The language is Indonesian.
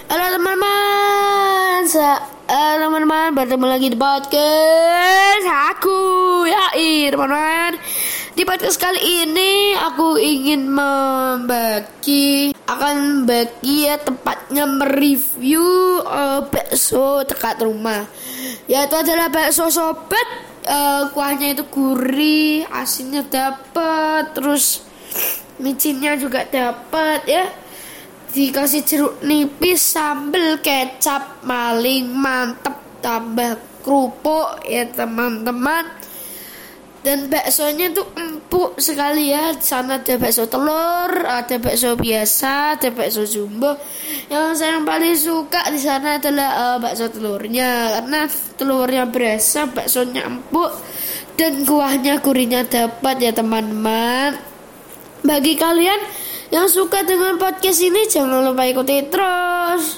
Halo teman-teman, teman-teman bertemu lagi di podcast aku, teman-teman. Di podcast kali ini aku ingin tepatnya mereview bakso dekat rumah. Yaitu adalah bakso sobat. Kuahnya itu gurih, asinnya dapat, terus micinnya juga dapat ya. Dikasih jeruk nipis, sambal, kecap, maling mantep, tambah kerupuk ya teman-teman. Dan baksonya tuh empuk sekali ya. Di sana ada bakso telur, ada bakso biasa, ada bakso jumbo. Yang saya paling suka di sana adalah bakso telurnya, karena telurnya berasa, baksonya empuk, dan kuahnya gurihnya dapat ya teman-teman. Bagi kalian yang suka dengan podcast ini, jangan lupa ikuti terus.